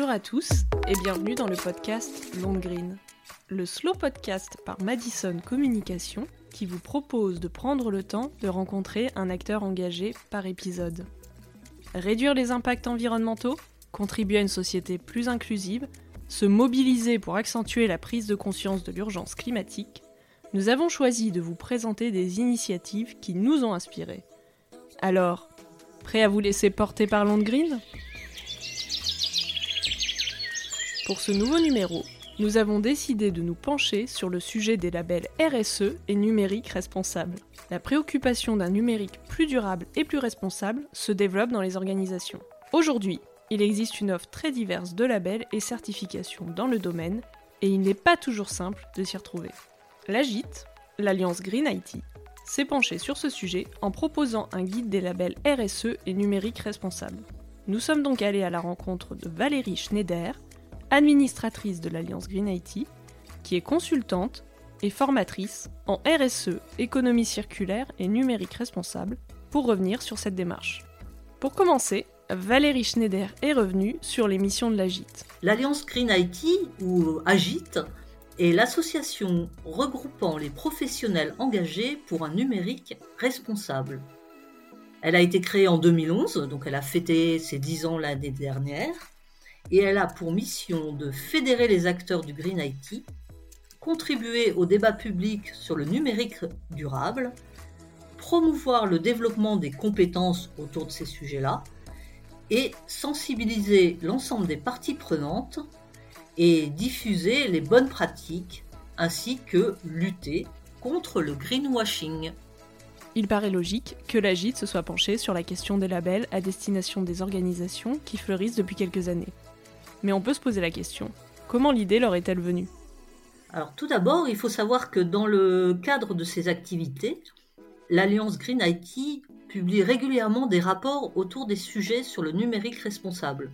Bonjour à tous et bienvenue dans le podcast Long Green, le slow podcast par Madison Communication qui vous propose de prendre le temps de rencontrer un acteur engagé par épisode. Réduire les impacts environnementaux, contribuer à une société plus inclusive, se mobiliser pour accentuer la prise de conscience de l'urgence climatique, nous avons choisi de vous présenter des initiatives qui nous ont inspirés. Alors, prêt à vous laisser porter par Long Green ? Pour ce nouveau numéro, nous avons décidé de nous pencher sur le sujet des labels RSE et numérique responsable. La préoccupation d'un numérique plus durable et plus responsable se développe dans les organisations. Aujourd'hui, il existe une offre très diverse de labels et certifications dans le domaine, et il n'est pas toujours simple de s'y retrouver. L'AGIT, l'Alliance Green IT, s'est penchée sur ce sujet en proposant un guide des labels RSE et numérique responsable. Nous sommes donc allés à la rencontre de Valérie Schneider, administratrice de l'Alliance Green IT, qui est consultante et formatrice en RSE, économie circulaire et numérique responsable, pour revenir sur cette démarche. Pour commencer, Valérie Schneider est revenue sur les missions de l'AGIT. L'Alliance Green IT, ou AGIT, est l'association regroupant les professionnels engagés pour un numérique responsable. Elle a été créée en 2011, donc elle a fêté ses 10 ans l'année dernière, et elle a pour mission de fédérer les acteurs du Green IT, contribuer au débat public sur le numérique durable, promouvoir le développement des compétences autour de ces sujets-là, et sensibiliser l'ensemble des parties prenantes et diffuser les bonnes pratiques, ainsi que lutter contre le greenwashing. Il paraît logique que l'AGIT se soit penchée sur la question des labels à destination des organisations qui fleurissent depuis quelques années. Mais on peut se poser la question, comment l'idée leur est-elle venue ? Alors tout d'abord, il faut savoir que dans le cadre de ces activités, l'Alliance Green IT publie régulièrement des rapports autour des sujets sur le numérique responsable.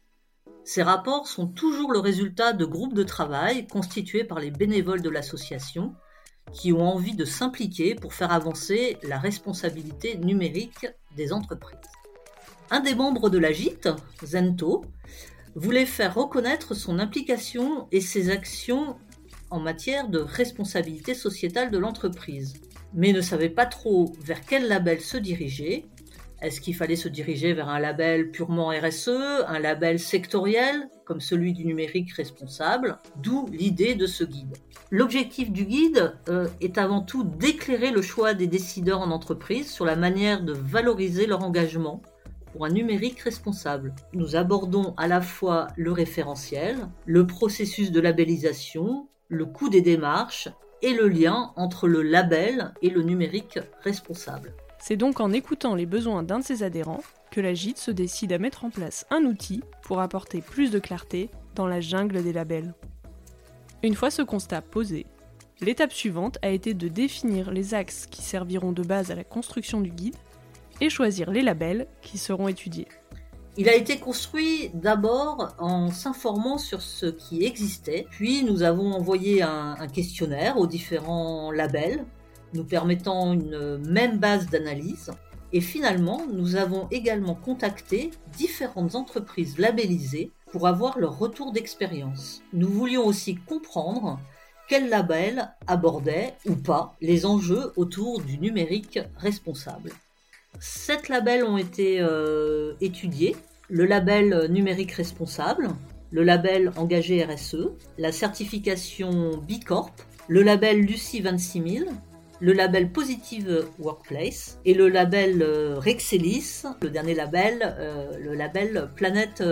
Ces rapports sont toujours le résultat de groupes de travail constitués par les bénévoles de l'association qui ont envie de s'impliquer pour faire avancer la responsabilité numérique des entreprises. Un des membres de l'AGIT, Zento, voulait faire reconnaître son implication et ses actions en matière de responsabilité sociétale de l'entreprise, mais ne savait pas trop vers quel label se diriger. Est-ce qu'il fallait se diriger vers un label purement RSE, un label sectoriel, comme celui du numérique responsable, d'où l'idée de ce guide. L'objectif du guide est avant tout d'éclairer le choix des décideurs en entreprise sur la manière de valoriser leur engagement pour un numérique responsable. Nous abordons à la fois le référentiel, le processus de labellisation, le coût des démarches et le lien entre le label et le numérique responsable. C'est donc en écoutant les besoins d'un de ses adhérents que l'AGIT se décide à mettre en place un outil pour apporter plus de clarté dans la jungle des labels. Une fois ce constat posé, l'étape suivante a été de définir les axes qui serviront de base à la construction du guide et choisir les labels qui seront étudiés. Il a été construit d'abord en s'informant sur ce qui existait, puis nous avons envoyé un questionnaire aux différents labels, nous permettant une même base d'analyse, et finalement nous avons également contacté différentes entreprises labellisées pour avoir leur retour d'expérience. Nous voulions aussi comprendre quel label abordait ou pas les enjeux autour du numérique responsable. 7 labels ont été étudiés. Le label numérique responsable, le label engagé RSE, la certification B Corp, le label Lucie 26000, le label Positive Workplace et le label Rexelis, le dernier label, le label Planète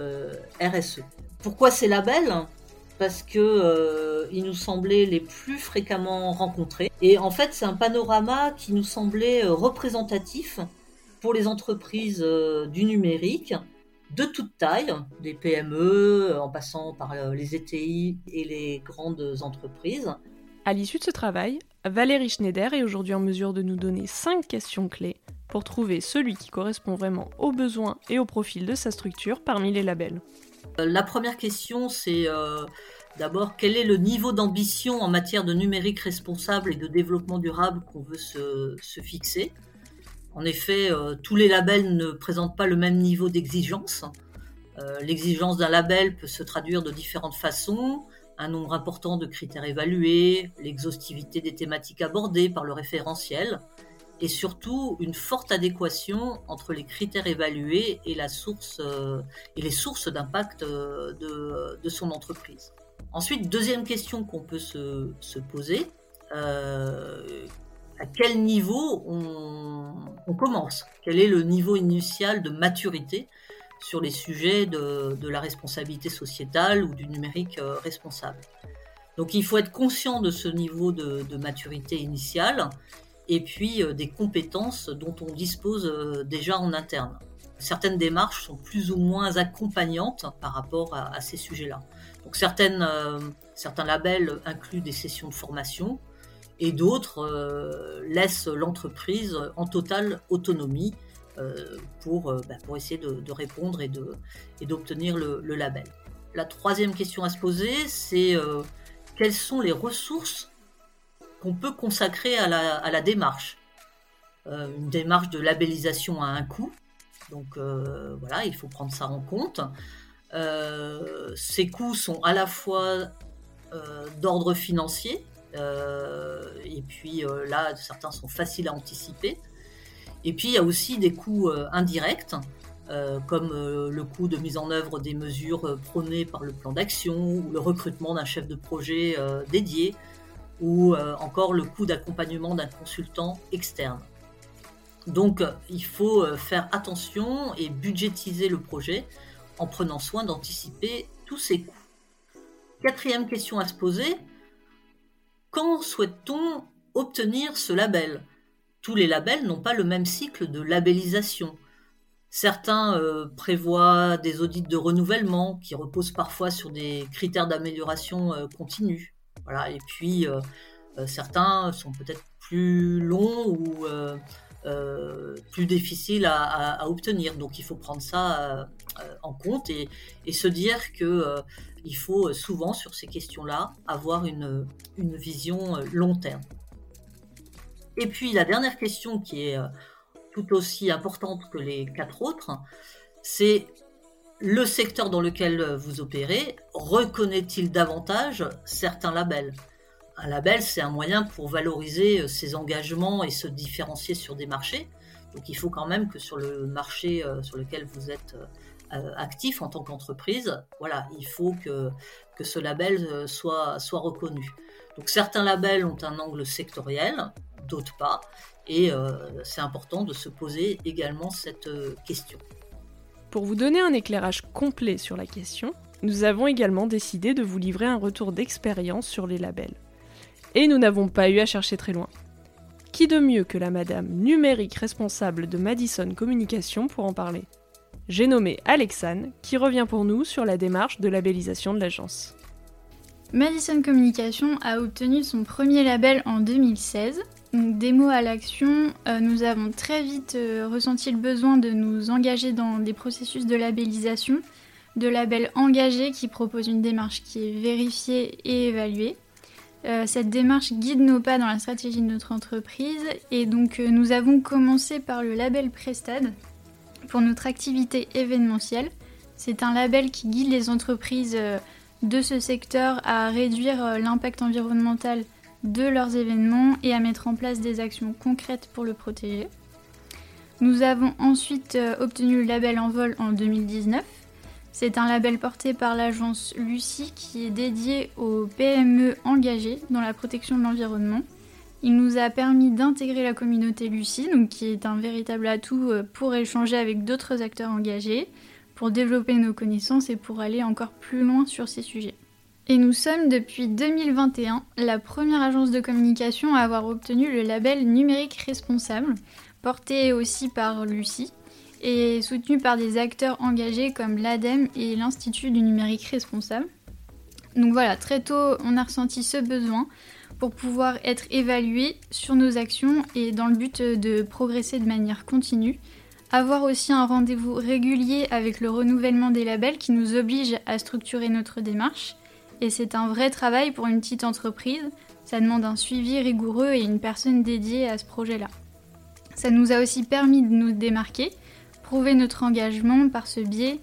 RSE. Pourquoi ces labels ? Parce que ils nous semblaient les plus fréquemment rencontrés. Et en fait, c'est un panorama qui nous semblait représentatif pour les entreprises du numérique, de toute taille, des PME, en passant par les ETI et les grandes entreprises. À l'issue de ce travail, Valérie Schneider est aujourd'hui en mesure de nous donner 5 questions clés pour trouver celui qui correspond vraiment aux besoins et au profil de sa structure parmi les labels. La première question, c'est d'abord quel est le niveau d'ambition en matière de numérique responsable et de développement durable qu'on veut se fixer. En effet, tous les labels ne présentent pas le même niveau d'exigence. L'exigence d'un label peut se traduire de différentes façons: un nombre important de critères évalués, l'exhaustivité des thématiques abordées par le référentiel, et surtout une forte adéquation entre les critères évalués et les sources d'impact de son entreprise. Ensuite, deuxième question qu'on peut se poser, à quel niveau on commence? Quel est le niveau initial de maturité sur les sujets de la responsabilité sociétale ou du numérique responsable? Donc il faut être conscient de ce niveau de maturité initiale et puis des compétences dont on dispose déjà en interne. Certaines démarches sont plus ou moins accompagnantes par rapport à ces sujets-là. Donc certains labels incluent des sessions de formation et d'autres laissent l'entreprise en totale autonomie pour essayer de répondre et d'obtenir le label. La troisième question à se poser, c'est quelles sont les ressources qu'on peut consacrer à la démarche. Une démarche de labellisation a un coût, donc il faut prendre ça en compte. Ces coûts sont à la fois d'ordre financier, et puis là, certains sont faciles à anticiper. Et puis il y a aussi des coûts indirects, comme le coût de mise en œuvre des mesures prônées par le plan d'action, ou le recrutement d'un chef de projet dédié, ou encore le coût d'accompagnement d'un consultant externe. Donc il faut faire attention et budgétiser le projet en prenant soin d'anticiper tous ces coûts. Quatrième question à se poser, quand souhaite-t-on obtenir ce label? Tous les labels n'ont pas le même cycle de labellisation. Certains prévoient des audits de renouvellement qui reposent parfois sur des critères d'amélioration continue. Voilà. Et puis certains sont peut-être plus longs ou plus difficiles à obtenir. Donc il faut prendre ça en compte et se dire que il faut souvent sur ces questions-là avoir une vision long terme. Et puis la dernière question qui est tout aussi importante que les 4 autres, c'est le secteur dans lequel vous opérez reconnaît-il davantage certains labels? Un label, c'est un moyen pour valoriser ses engagements et se différencier sur des marchés. Donc il faut quand même que sur le marché sur lequel vous êtes actif en tant qu'entreprise, il faut que ce label soit reconnu. Donc certains labels ont un angle sectoriel, d'autres pas, et c'est important de se poser également cette question. Pour vous donner un éclairage complet sur la question, nous avons également décidé de vous livrer un retour d'expérience sur les labels. Et nous n'avons pas eu à chercher très loin. Qui de mieux que la madame numérique responsable de Madison Communication pour en parler? J'ai nommé Alexane, qui revient pour nous sur la démarche de labellisation de l'agence. Madison Communication a obtenu son premier label en 2016. Donc, des mots à l'action, nous avons très vite ressenti le besoin de nous engager dans des processus de labellisation, de labels engagés qui proposent une démarche qui est vérifiée et évaluée. Cette démarche guide nos pas dans la stratégie de notre entreprise et donc nous avons commencé par le label Prestad pour notre activité événementielle. C'est un label qui guide les entreprises de ce secteur à réduire l'impact environnemental de leurs événements et à mettre en place des actions concrètes pour le protéger. Nous avons ensuite obtenu le label Envol en 2019. C'est un label porté par l'agence Lucie qui est dédié aux PME engagées dans la protection de l'environnement. Il nous a permis d'intégrer la communauté Lucie, donc qui est un véritable atout pour échanger avec d'autres acteurs engagés, pour développer nos connaissances et pour aller encore plus loin sur ces sujets. Et nous sommes depuis 2021 la première agence de communication à avoir obtenu le label numérique responsable, porté aussi par Lucie, et soutenu par des acteurs engagés comme l'ADEME et l'Institut du numérique responsable. Donc voilà, très tôt, on a ressenti ce besoin pour pouvoir être évalué sur nos actions et dans le but de progresser de manière continue. Avoir aussi un rendez-vous régulier avec le renouvellement des labels qui nous oblige à structurer notre démarche. Et c'est un vrai travail pour une petite entreprise, ça demande un suivi rigoureux et une personne dédiée à ce projet-là. Ça nous a aussi permis de nous démarquer, prouver notre engagement par ce biais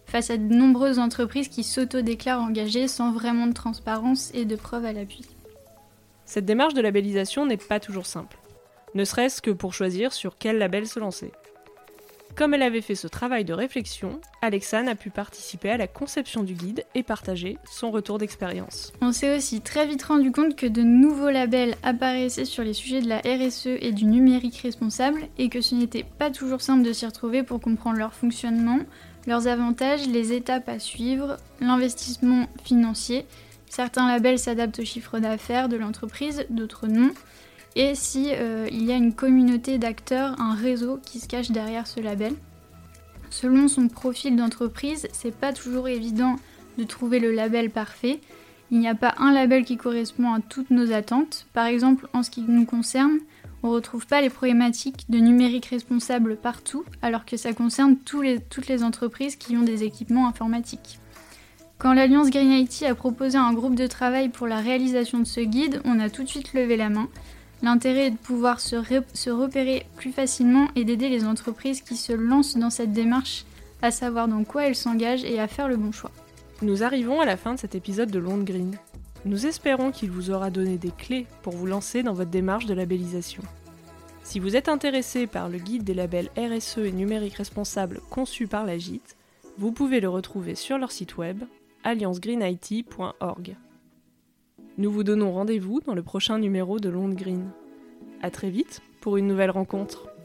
face à de nombreuses entreprises qui s'auto-déclarent engagées sans vraiment de transparence et de preuves à l'appui. Cette démarche de labellisation n'est pas toujours simple, ne serait-ce que pour choisir sur quel label se lancer. Comme elle avait fait ce travail de réflexion, Alexane a pu participer à la conception du guide et partager son retour d'expérience. On s'est aussi très vite rendu compte que de nouveaux labels apparaissaient sur les sujets de la RSE et du numérique responsable et que ce n'était pas toujours simple de s'y retrouver pour comprendre leur fonctionnement, leurs avantages, les étapes à suivre, l'investissement financier. Certains labels s'adaptent au chiffre d'affaires de l'entreprise, d'autres non. Et si il y a une communauté d'acteurs, un réseau qui se cache derrière ce label. Selon son profil d'entreprise, c'est pas toujours évident de trouver le label parfait. Il n'y a pas un label qui correspond à toutes nos attentes. Par exemple, en ce qui nous concerne, on ne retrouve pas les problématiques de numérique responsable partout, alors que ça concerne toutes les entreprises qui ont des équipements informatiques. Quand l'Alliance Green IT a proposé un groupe de travail pour la réalisation de ce guide, on a tout de suite levé la main. L'intérêt est de pouvoir se repérer plus facilement et d'aider les entreprises qui se lancent dans cette démarche à savoir dans quoi elles s'engagent et à faire le bon choix. Nous arrivons à la fin de cet épisode de Londres Green. Nous espérons qu'il vous aura donné des clés pour vous lancer dans votre démarche de labellisation. Si vous êtes intéressé par le guide des labels RSE et numérique responsable conçu par l'AGIT, vous pouvez le retrouver sur leur site web alliancegreenit.org. Nous vous donnons rendez-vous dans le prochain numéro de Londres Green. À très vite pour une nouvelle rencontre.